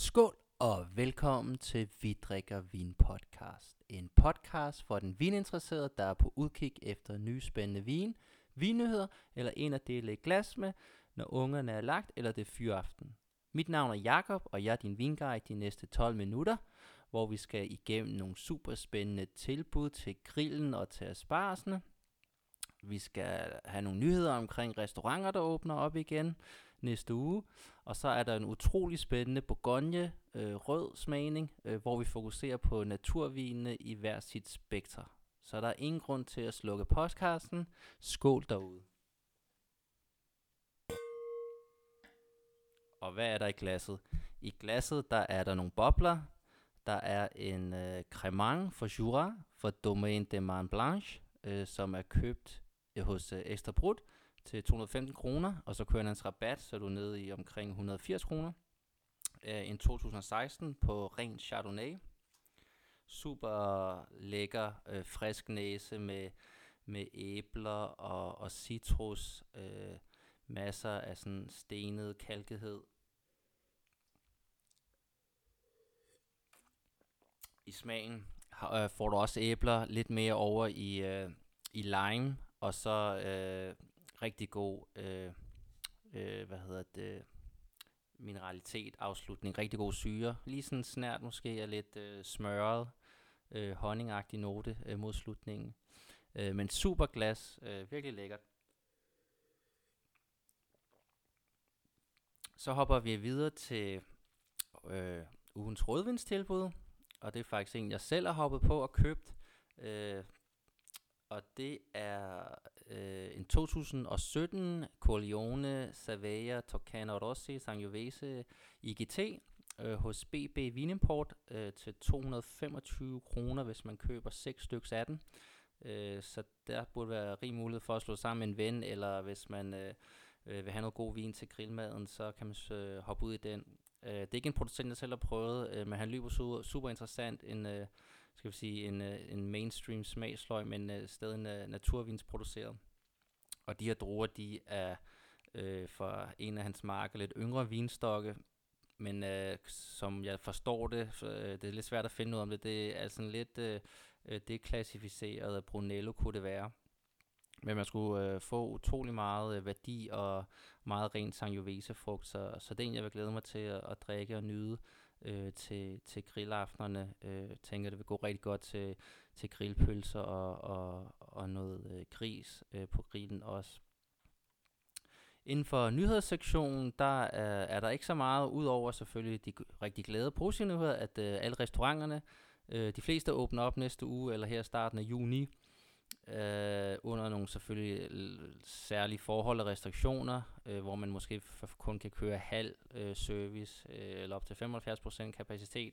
Skål og velkommen til Vi drikker vin podcast. En podcast for den vininteresserede, der er på udkig efter nye spændende vinnyheder eller en at dele et glas med, når ungerne er lagt eller det er fyraften. Mit navn er Jakob, og jeg er din vinguide de næste 12 minutter, hvor vi skal igennem nogle super spændende tilbud til grillen og til aspargesne. Vi skal have nogle nyheder omkring restauranter, der åbner op igen næste uge. Og så er der en utrolig spændende Bourgogne rød smagning, hvor vi fokuserer på naturvinene i hver sit spekter. Så der er ingen grund til at slukke podcasten. Skål derude. Og hvad er der i glasset? I glasset der er der nogle bobler. Der er en cremant fra Jura, fra Domaine de Main Blanche, som er købt hos Ekstra Brut til 215 kroner, og så kører hans rabat, så er du nede i omkring 180 kroner. En 2016 på ren Chardonnay. Super lækker, frisk næse med æbler og citrus. Masser af sådan stenet kalkethed. I smagen får du også æbler, lidt mere over i lime, og så rigtig god mineralitet, afslutning, rigtig god syre, lige sådan snært måske af lidt smørret, honningagtig note mod slutningen, men super glas, virkelig lækkert. Så hopper vi videre til ugens rødvinstilbud, og det er faktisk en, jeg selv har hoppet på og købt, og det er en 2017 Corleone Savaglia Toscano Rossi Sangiovese IGT hos BB Vinimport til 225 kroner, hvis man køber 6 stykker af den. Så der burde være rig mulighed for at slå sammen med en ven, eller hvis man vil have noget god vin til grillmaden, så kan man hoppe ud i den. Det er ikke en producent, jeg selv har prøvet, men han lyder super interessant. En mainstream smagsløg, men stadig naturvinsproduceret. Og de her druer, de er fra en af hans marker lidt yngre vinstokke, men som jeg forstår det, det er lidt svært at finde ud om det. Det er altså lidt deklassificeret af Brunello, kunne det være. Men man skulle få utrolig meget værdi og meget ren Sangiovese-frugt, så det er en, jeg vil glæde mig til at drikke og nyde til grillaftenerne. Tænker, det vil gå rigtig godt til grillpølser og noget gris på grillen også. Inden for nyhedssektionen, der er der ikke så meget, udover selvfølgelig de rigtig glade positive nyheder, at alle restauranterne, de fleste åbner op næste uge, eller her starten af juni, under nogle selvfølgelig særlige forhold og restriktioner, hvor man måske kun kan køre halv service eller op til 75% kapacitet,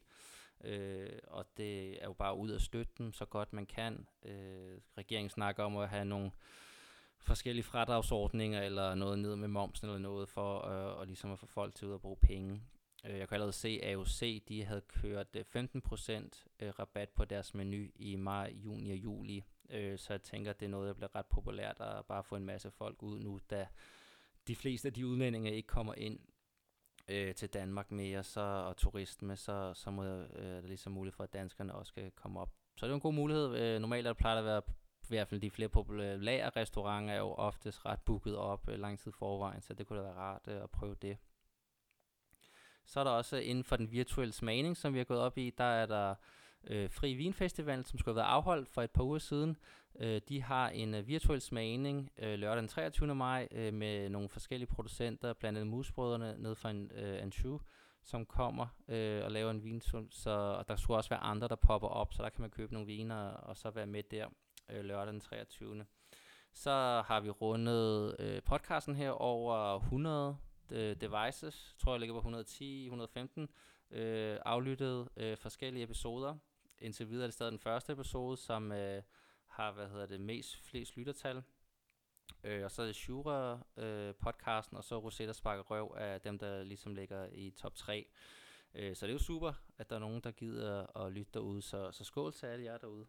og det er jo bare ud at støtte dem så godt man kan. Regeringen snakker om at have nogle forskellige fradragsordninger eller noget ned med momsen eller noget for og ligesom at få folk til ud at bruge penge. Jeg kan allerede se, at AOC de havde kørt 15% rabat på deres menu i maj, juni og juli. Så jeg tænker, at det er noget, der bliver ret populært at bare få en masse folk ud nu, da de fleste af de udlændinge ikke kommer ind til Danmark mere, og turisme, så må der ligesom mulighed for, at danskerne også skal komme op. Så det er en god mulighed. Normalt er det plejer at være, i hvert fald de flere populære restauranter er jo oftest ret booket op lang tid forvejen, så det kunne da være rart at prøve det. Så er der også inden for den virtuelle smagning, som vi har gået op i, der er der Fri Vinfestival, som skulle have været afholdt for et par uger siden. De har en virtuel smagning lørdag den 23. maj med nogle forskellige producenter, blandt andet Musbrødrene nede fra Anjou, som kommer og laver en vin. Og der skulle også være andre, der popper op, så der kan man købe nogle viner og så være med der lørdag den 23. Så har vi rundet podcasten her over 100 devices, tror jeg ligger på 110, 115 aflyttede forskellige episoder. Indtil videre er det stadig den første episode, som har flest lyttertal. Og så er det Jura podcasten, og så Rosetta Sparker Røv af dem, der ligesom ligger i top 3. Så det er jo super, at der er nogen, der gider at lytte derude. Så skål til alle jer derude.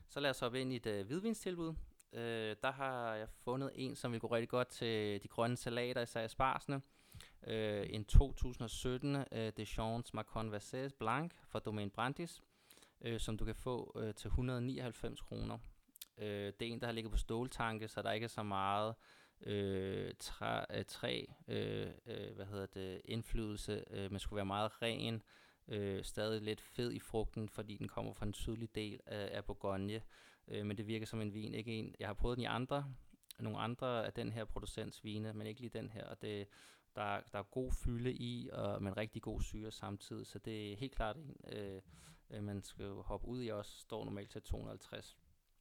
Så lad os hoppe ind i et hvidvinstilbud. Der har jeg fundet en, som vil gå rigtig godt til de grønne salater, især aspargesne. En 2017 Deschamps Macon Vassés Blanc fra Domaine Brandis, som du kan få til 199 kroner. Det er en, der har ligget på ståltanke, så der ikke er så meget indflydelse, men skulle være meget ren, stadig lidt fed i frugten, fordi den kommer fra en sydlig del af Bourgogne, men det virker som en vin, ikke en. Jeg har prøvet den i nogle andre af den her producents vine, men ikke lige den her, og der er god fylde i, men rigtig god syre samtidig, så det er helt klart en, man skal hoppe ud i også, står normalt til 250.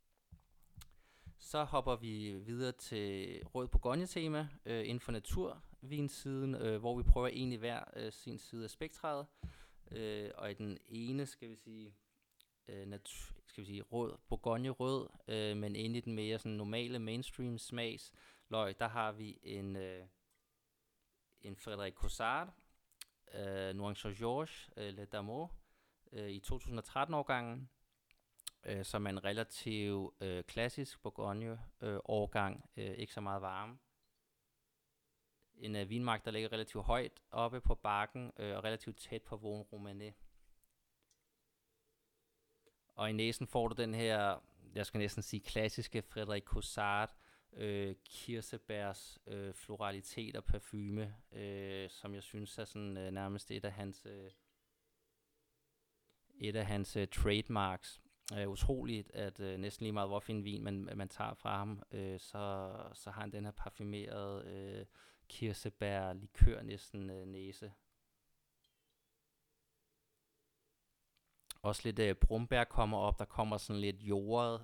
Så hopper vi videre til Rød Bourgogne-tema inden for naturvinsiden, hvor vi prøver egentlig hver sin side af spektret. Og i den ene skal vi sige rød, Bourgogne rød, men inde i den mere sådan normale mainstream smagsløg, der har vi en Frédéric Cossard, Nuance Georges, Le Damour, i 2013-årgangen, som er en relativt klassisk Bourgogne-årgang, ikke så meget varme. En vinmark, der ligger relativt højt oppe på bakken og relativt tæt på Vosne Romanée. Og i næsen får du den her, jeg skal næsten sige klassiske Frédéric Cossard, kirsebærs floralitet og parfume, som jeg synes er sådan nærmest et af hans trademarks. Utroligt, at næsten lige meget hvorfor en vin man tager fra ham, så har han den her parfumerede kirsebær likør næsten næse. Også lidt brumbær kommer op, der kommer sådan lidt jordet.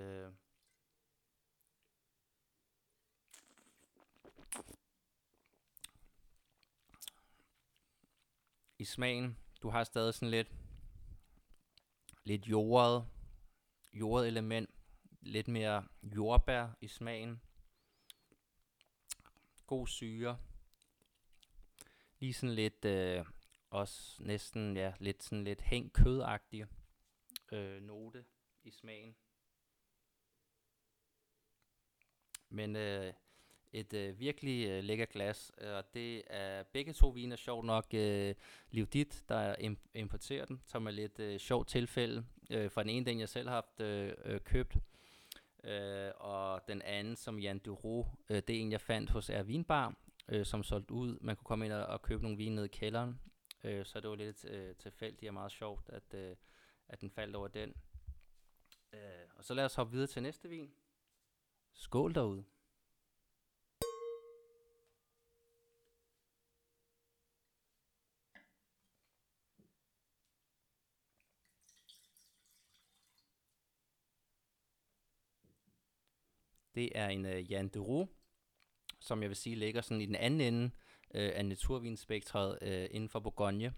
I smagen, du har stadig sådan lidt jordet element, lidt mere jordbær i smagen. God syre. Lige sådan lidt, også næsten, ja, lidt hængt kødagtig note i smagen. Men et virkelig lækker glas, og det er begge to viner sjovt nok Liudit, der importerer den, som er lidt sjovt tilfælde. For den ene, den jeg selv har haft købt, og den anden, som Jan Duroux, det er en, jeg fandt hos R Vinbar, som solgte ud. Man kunne komme ind og købe nogle vine ned i kælderen, så det var lidt tilfældigt og meget sjovt, at den faldt over den. Og så lad os hoppe videre til næste vin. Skål derude. Det er en Jan Duroux, som jeg vil sige ligger sådan i den anden ende af naturvinspektret inden for Bourgogne.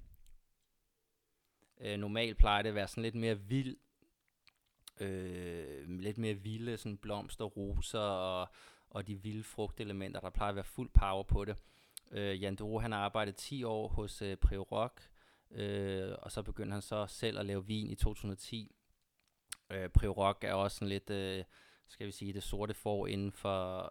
Normalt plejer det at være sådan lidt mere vild, lidt mere vilde sådan blomster, roser og de vilde frugtelementer. Der plejer at være fuld power på det. Jan Duroux, han har arbejdet 10 år hos Priorac, og så begyndte han så selv at lave vin i 2010. Priorac er også sådan lidt, skal vi sige, det sorte får inden for,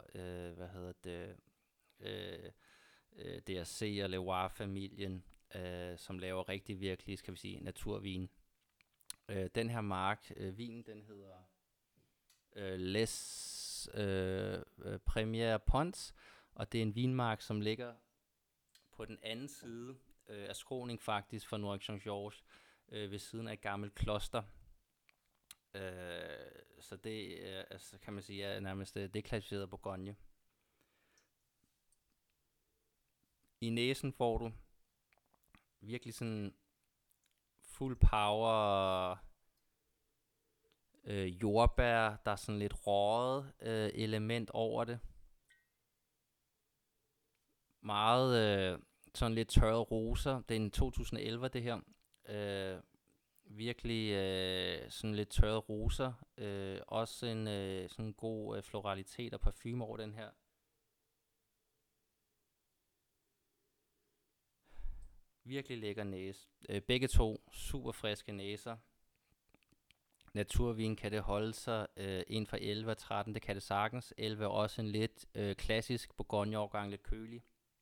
DRC og Leroy-familien, som laver rigtig virkelig, skal vi sige, naturvin. Den her mark, vinen, den hedder Les Première Ponts, og det er en vinmark, som ligger på den anden side af skråning faktisk for Nuance Georges, ved siden af et gammelt kloster. Så det altså, kan man sige, er nærmest deklassificeret Bourgogne. I næsen får du virkelig sådan fuld power jordbær, der er sådan lidt røget element over det. Meget sådan lidt tørrede roser. Det er en 2011 det her. Virkelig sådan lidt tørrede roser. Også en sådan god floralitet og parfume over den her. Virkelig lækker næse. Begge to super friske næser. naturvin kan det holde sig inden for 11 og 13, det kan det sagtens. 11 er også en lidt klassisk Bourgogne-årgang, lidt kølig.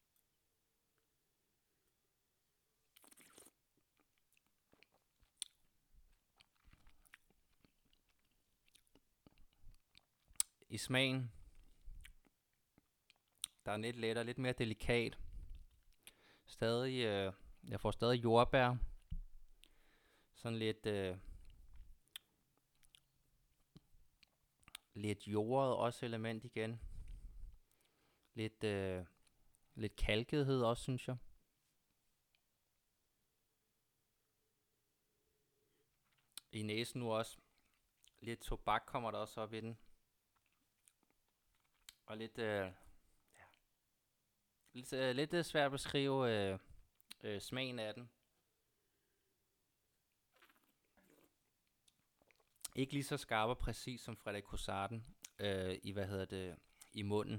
I smagen, der er lidt lettere, lidt mere delikat. Stadig, jeg får stadig jordbær. Sådan lidt jordet også element igen. Lidt kalkethed også, synes jeg. I næsen nu også. Lidt tobak kommer der også op i den. Og lidt svært at beskrive smagen af den. Ikke lige så skarp og præcis som Frédéric Cossarden i munden.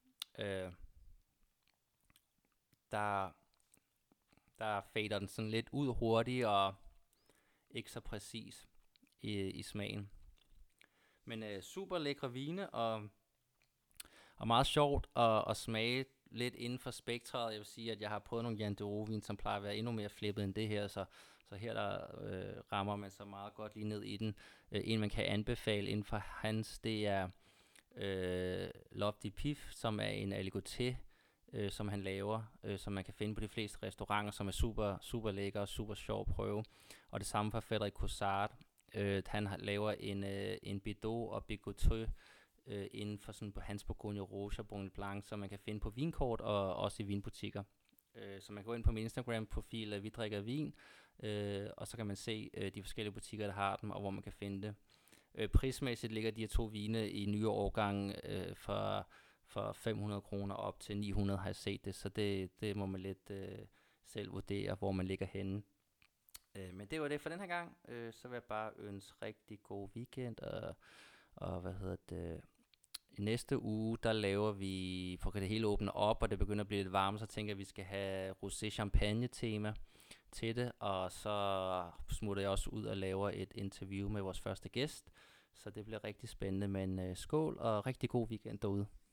Der fader den sådan lidt ud hurtigt og ikke så præcis i smagen. Men super lækre vine og meget sjovt at smage lidt inden for spektret. Jeg vil sige, at jeg har prøvet nogle Jan Dero-vin, som plejer at være endnu mere flippet end det her, så her der rammer man så meget godt lige ned i den. En man kan anbefale inden for hans, det er L'Oeuf de Pif, som er en aligoté, som han laver, som man kan finde på de fleste restauranter, som er super, super lækker og super sjov at prøve. Og det samme for Frédéric Cossard. Han laver en Bidot og Bigoteux inden for sådan på hans Bourgogne Rouge og Bourgogne Blanc, som man kan finde på vinkort og også i vinbutikker. Så man kan gå ind på min Instagram-profil, Vi Drikker Vin, og så kan man se de forskellige butikker, der har dem, og hvor man kan finde det. Prismæssigt ligger de her to vine i nye årgange for 500 kroner op til 900, har jeg set det, så det må man lidt selv vurdere, hvor man ligger henne. Men det var det for den her gang. Så vil jeg bare ønske rigtig god weekend, og i næste uge, der laver vi, for at det hele åbner op, og det begynder at blive lidt varmt, så tænker jeg, at vi skal have rosé-champagne-tema til det, og så smutter jeg også ud og laver et interview med vores første gæst, så det bliver rigtig spændende, men skål og rigtig god weekend derude.